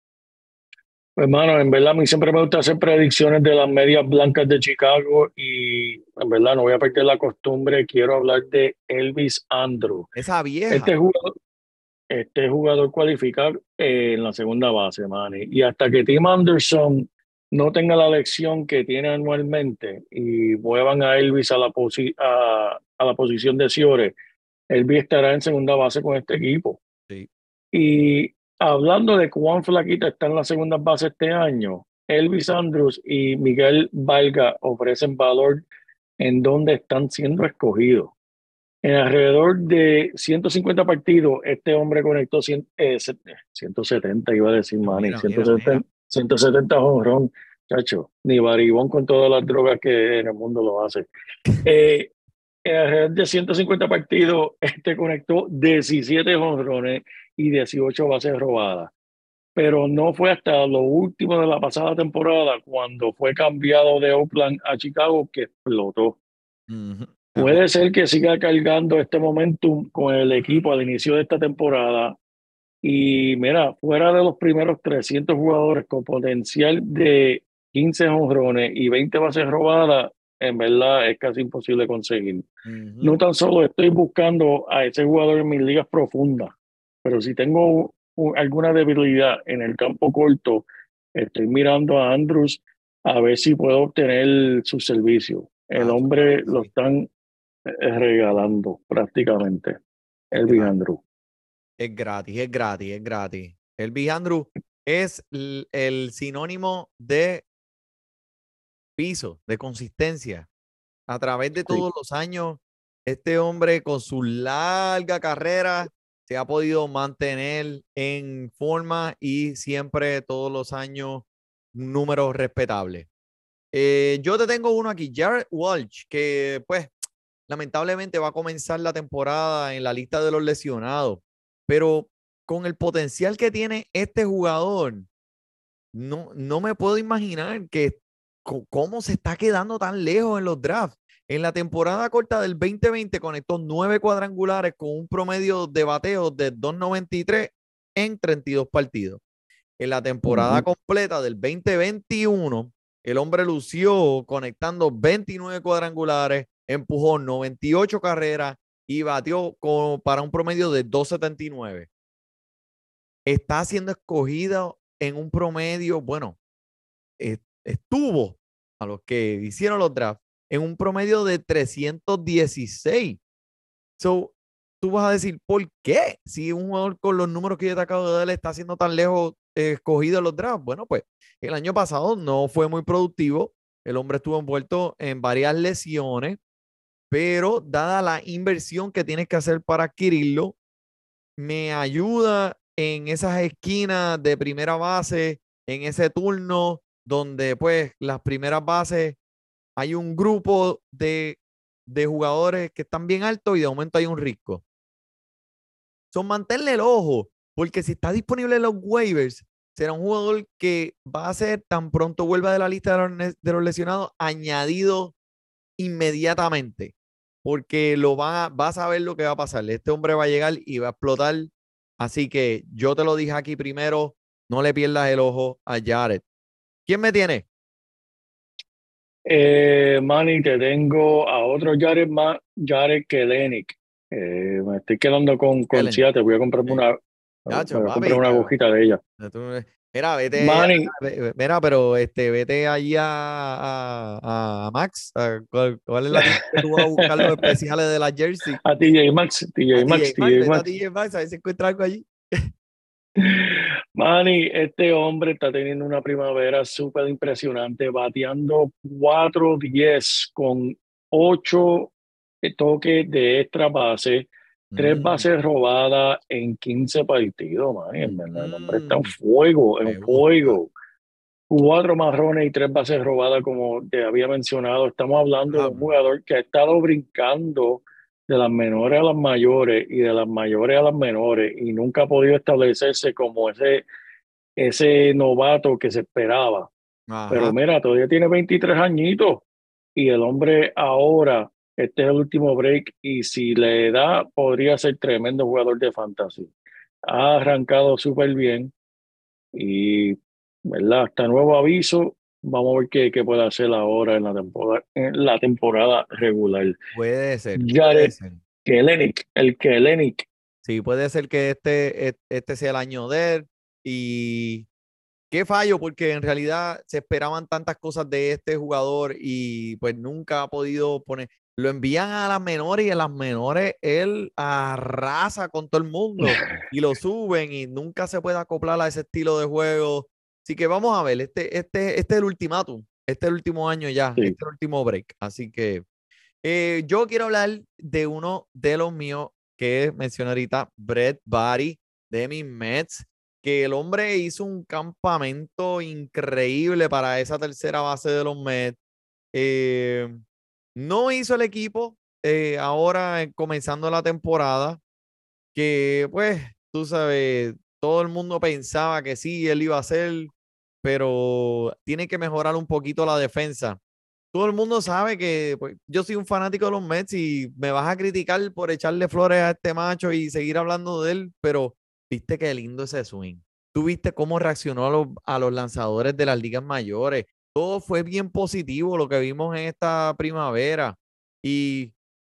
Hermano, en verdad a mí siempre me gusta hacer predicciones de las medias blancas de Chicago y en verdad no voy a perder la costumbre, quiero hablar de Elvis Andrew. Esa vieja. Este jugador, este jugador cualifica eh, en la segunda base, Manny. Y hasta que Tim Anderson no tenga la lección que tiene anualmente y muevan a Elvis a la, posi a, a la posición de Ciore, Elvis estará en segunda base con este equipo. Sí. Y hablando de cuán flaquita está en la segunda base este año, Elvis Andrus y Miguel Valga ofrecen valor en donde están siendo escogidos. En alrededor de ciento cincuenta partidos, este hombre conectó cien, eh, ciento setenta, iba a decir, Pero Manny, mira, mira, mira. ciento setenta, ciento setenta jonrón, chacho, ni Baribón con todas las drogas que en el mundo lo hace. Eh, en alrededor de ciento cincuenta partidos, este conectó diecisiete jonrones y dieciocho bases robadas. Pero no fue hasta lo último de la pasada temporada, cuando fue cambiado de Oakland a Chicago, que explotó. Ujú. Ah, Puede ser que siga cargando este momentum con el equipo al inicio de esta temporada. Y mira, fuera de los primeros trescientos jugadores con potencial de quince jonrones y veinte bases robadas, en verdad es casi imposible conseguir. ujú. No tan solo estoy buscando a ese jugador en mis ligas profundas, pero si tengo u- alguna debilidad en el campo corto, estoy mirando a Andrews a ver si puedo obtener su servicio. El Tacho, claro hombre que lo sí. están eh, regalando prácticamente. Es Elvis gratis, Andrews. es gratis, es gratis, es gratis. El Big Andrew es l- el sinónimo de piso, de consistencia. A través de Sí, todos los años, Este hombre con su larga carrera se ha podido mantener en forma y siempre, todos los años, números respetables. Eh, yo te tengo uno aquí, Jared Walsh, que pues lamentablemente va a comenzar la temporada en la lista de los lesionados, pero con el potencial que tiene este jugador, no, no me puedo imaginar que cómo se está quedando tan lejos en los drafts. En la temporada corta del veinte veinte conectó nueve cuadrangulares con un promedio de bateos de dos noventa y tres en treinta y dos partidos. En la temporada uh-huh. completa del veinte veintiuno, el hombre lució conectando veintinueve cuadrangulares, empujó noventa y ocho carreras y batió con, para un promedio de dos setenta y nueve. Está siendo escogido en un promedio, bueno, estuvo a los que hicieron los drafts en un promedio de trescientos dieciséis. So, tú vas a decir, ¿por qué? Si un jugador con los números que yo te acabo de dar está siendo tan lejos eh, escogido en los drafts. Bueno, pues el año pasado no fue muy productivo. El hombre estuvo envuelto en varias lesiones, pero dada la inversión que tienes que hacer para adquirirlo, me ayuda en esas esquinas de primera base, en ese turno donde pues las primeras bases hay un grupo de, de jugadores que están bien altos y de momento hay un riesgo. Son mantenerle el ojo, porque si está disponible en los waivers, será un jugador que va a ser, tan pronto vuelva de la lista de los, de los lesionados, añadido inmediatamente, porque lo va, va a saber lo que va a pasar. Este hombre va a llegar y va a explotar. Así que yo te lo dije aquí primero, no le pierdas el ojo a Jared. ¿Quién me tiene? Eh, Manny, te tengo a otro Jared, Ma, Jared Kelenic. Eh, me estoy quedando con, con Seattle. Voy a comprarme una, sí. Gacho, voy a papi, comprar una agujita de ella. Mira, vete, Manny, a, mira, pero este, vete allí a, a, a Max. A, ¿cuál, ¿Cuál es la tienda que tú vas a buscar los especiales de la jersey? A T J Maxx, T J Maxx, T J Maxx. A T J Maxx, a ver si encuentra algo allí. Manny, este hombre está teniendo una primavera súper impresionante, bateando cuatro diez con ocho toques de extra base, tres mm. bases robadas en quince partidos. Manny, el mm. hombre está en fuego, en fuego. Cuatro marrones y tres bases robadas, como te había mencionado. Estamos hablando ah, de un jugador que ha estado brincando de las menores a las mayores y de las mayores a las menores y nunca ha podido establecerse como ese, ese novato que se esperaba. Ajá. Pero mira, todavía tiene veintitrés añitos y el hombre ahora, este es el último break y si le da, podría ser tremendo jugador de fantasy. Ha arrancado súper bien y, ¿verdad? Hasta nuevo aviso. Vamos a ver qué, qué puede hacer ahora en la temporada, en la temporada regular. Puede ser. Jared puede ser. Kelenic, el Kelenic. Sí, puede ser que este, este sea el año de él. Y qué fallo, porque en realidad se esperaban tantas cosas de este jugador y pues nunca ha podido poner. Lo envían a las menores y en las menores él arrasa con todo el mundo y lo suben y nunca se puede acoplar a ese estilo de juego. Así que vamos a ver, este, este, este es el ultimátum, este es el último año ya, sí. Este es el último break. Así que eh, yo quiero hablar de uno de los míos que mencioné ahorita, Brett Baty, de mis Mets, que el hombre hizo un campamento increíble para esa tercera base de los Mets. Eh, no hizo el equipo eh, ahora eh, comenzando la temporada, que pues, tú sabes, todo el mundo pensaba que sí, él iba a hacer, pero tiene que mejorar un poquito la defensa. Todo el mundo sabe que pues, yo soy un fanático de los Mets y me vas a criticar por echarle flores a este macho y seguir hablando de él, pero viste qué lindo ese swing. Tú viste cómo reaccionó a los, a los lanzadores de las ligas mayores. Todo fue bien positivo lo que vimos en esta primavera. Y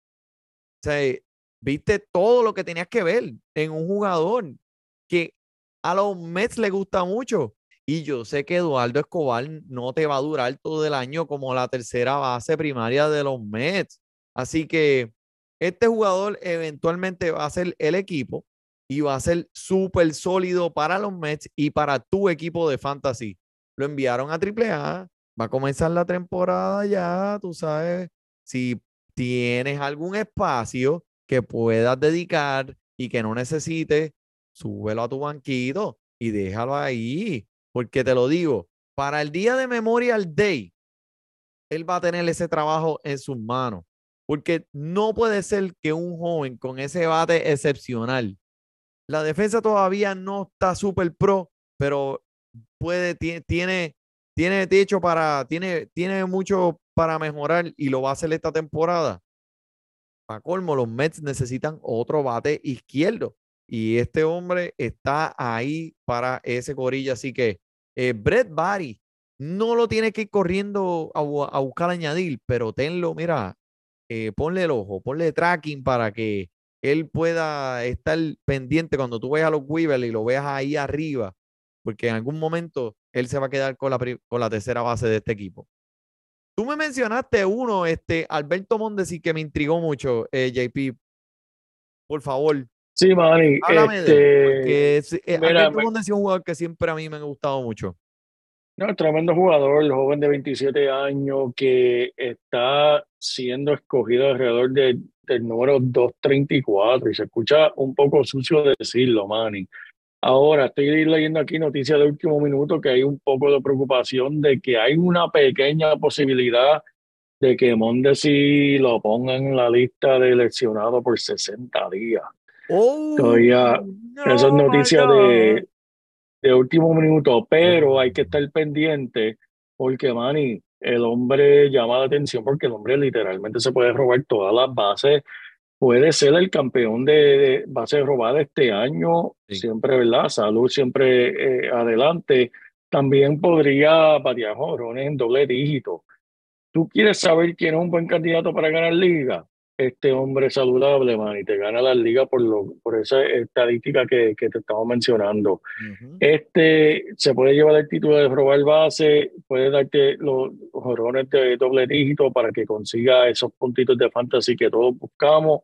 o sea, viste todo lo que tenías que ver en un jugador que a los Mets le gusta mucho. Y yo sé que Eduardo Escobar no te va a durar todo el año como la tercera base primaria de los Mets. Así que este jugador eventualmente va a ser el equipo y va a ser súper sólido para los Mets y para tu equipo de fantasy. Lo enviaron a triple A, va a comenzar la temporada ya, tú sabes. Si tienes algún espacio que puedas dedicar y que no necesites, súbelo a tu banquito y déjalo ahí. Porque te lo digo, para el día de Memorial Day, él va a tener ese trabajo en sus manos. Porque no puede ser que un joven con ese bate excepcional, la defensa todavía no está súper pro, pero puede, tiene, tiene, tiene techo para, tiene, tiene mucho para mejorar y lo va a hacer esta temporada. Para colmo, los Mets necesitan otro bate izquierdo y este hombre está ahí para ese corillo. Así que eh, Brett Baty no lo tiene que ir corriendo a, a buscar añadir, pero tenlo, mira, eh, ponle el ojo, ponle tracking para que él pueda estar pendiente cuando tú veas a los Weaver y lo veas ahí arriba, porque en algún momento él se va a quedar con la, con la tercera base de este equipo. Tú me mencionaste uno, este, Alberto Mondesi, que me intrigó mucho, eh, J P. Por favor. Sí, Manny. Háblame este, de él, porque es, eh, mira, Alberto Mondesi es un jugador que siempre a mí me ha gustado mucho. No, tremendo jugador, el joven de veintisiete años que está siendo escogido alrededor de, del número doscientos treinta y cuatro y se escucha un poco sucio decirlo, Manny. Ahora, estoy leyendo aquí noticias de último minuto que hay un poco de preocupación de que hay una pequeña posibilidad de que Mondesi lo pongan en la lista de lesionados por sesenta días. Oh, Todavía, no, esas noticias de, God. de último minuto, pero hay que estar pendiente porque, Manny, el hombre llama la atención porque el hombre literalmente se puede robar todas las bases. Puede ser el campeón de, de bases robadas este año, sí. Siempre, ¿verdad? Salud siempre eh, adelante. También podría batear jonrones en doble dígito. ¿Tú quieres saber quién es un buen candidato para ganar liga? Este hombre saludable, man, y te gana la liga por, lo, por esa estadística que, que te estamos mencionando. Uh-huh. Este se puede llevar el título de robar base, puede darte los jonrones de doble dígito para que consiga esos puntitos de fantasy que todos buscamos.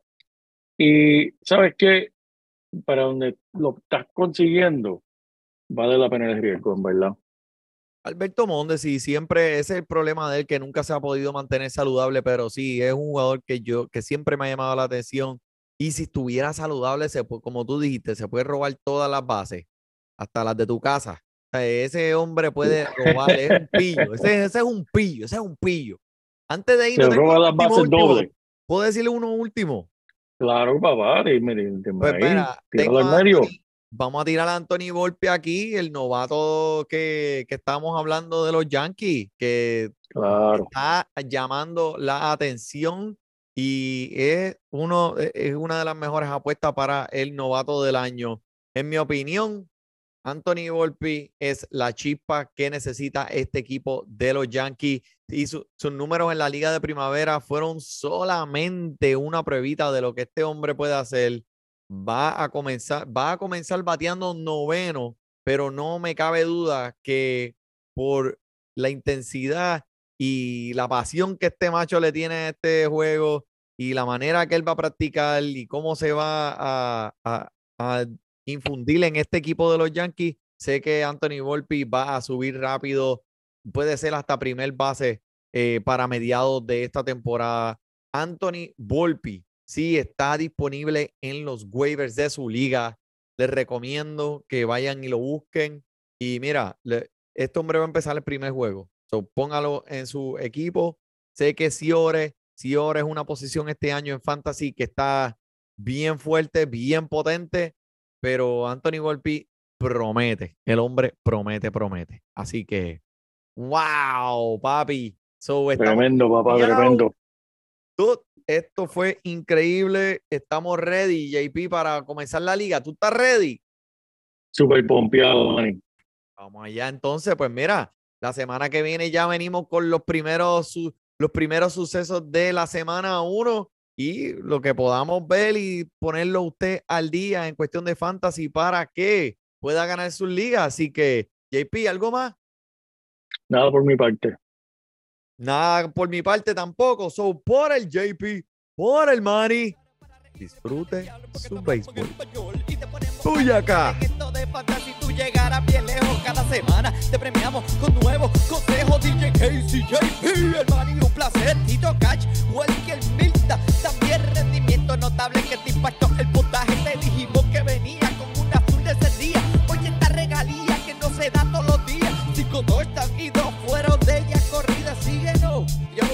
Y ¿sabes qué? Para donde lo estás consiguiendo, vale la pena el riesgo, en verdad. Alberto Mondesi, siempre ese es el problema de él, que nunca se ha podido mantener saludable, pero sí, es un jugador que yo, que siempre me ha llamado la atención. Y si estuviera saludable, se puede, como tú dijiste, se puede robar todas las bases, hasta las de tu casa. O sea, ese hombre puede robar, es un pillo, ese, ese es un pillo, ese es un pillo. Antes de ir, se roba las bases dobles. ¿Puedo decirle uno último? Claro, papá, dime, dime pues ahí, mira, tíralo al medio. Anthony, vamos a tirar a Anthony Volpe aquí, el novato que, que estamos hablando de los Yankees, que claro. está llamando la atención y es, uno, es una de las mejores apuestas para el novato del año. En mi opinión, Anthony Volpe es la chispa que necesita este equipo de los Yankees y su, sus números en la Liga de Primavera fueron solamente una pruebita de lo que este hombre puede hacer. Va a comenzar, va a comenzar bateando noveno, pero no me cabe duda que por la intensidad y la pasión que este macho le tiene a este juego y la manera que él va a practicar y cómo se va a, a, a infundir en este equipo de los Yankees, sé que Anthony Volpe va a subir rápido, puede ser hasta primer base eh, para mediados de esta temporada. Anthony Volpe sí está disponible en los waivers de su liga. Les recomiendo que vayan y lo busquen. Y mira, le, este hombre va a empezar el primer juego. So, póngalo en su equipo. Sé que Ciore, Ciore es una posición este año en Fantasy que está bien fuerte, bien potente, pero Anthony Volpe promete. El hombre promete, promete. Así que, wow, papi. So, tremendo, papá, tremendo. Tú, esto fue increíble. Estamos ready, J P, para comenzar la liga. ¿Tú estás ready? Súper pompeado, man. Vamos allá, entonces. Pues mira, la semana que viene ya venimos con los primeros, su, los primeros sucesos de la semana uno y lo que podamos ver y ponerlo usted al día en cuestión de fantasy para que pueda ganar sus ligas. Así que, J P, ¿algo más? Nada por mi parte. Nada por mi parte tampoco. So, por el J P, por el Manny, disfrute su béisbol. ¡Buyacá! Esto de fantasy tú llegarás bien lejos. Cada semana te premiamos con nuevos consejos. D J Casey, J P, el Manny, un placer. Tito Cash, Welker, Milta, yo, yo.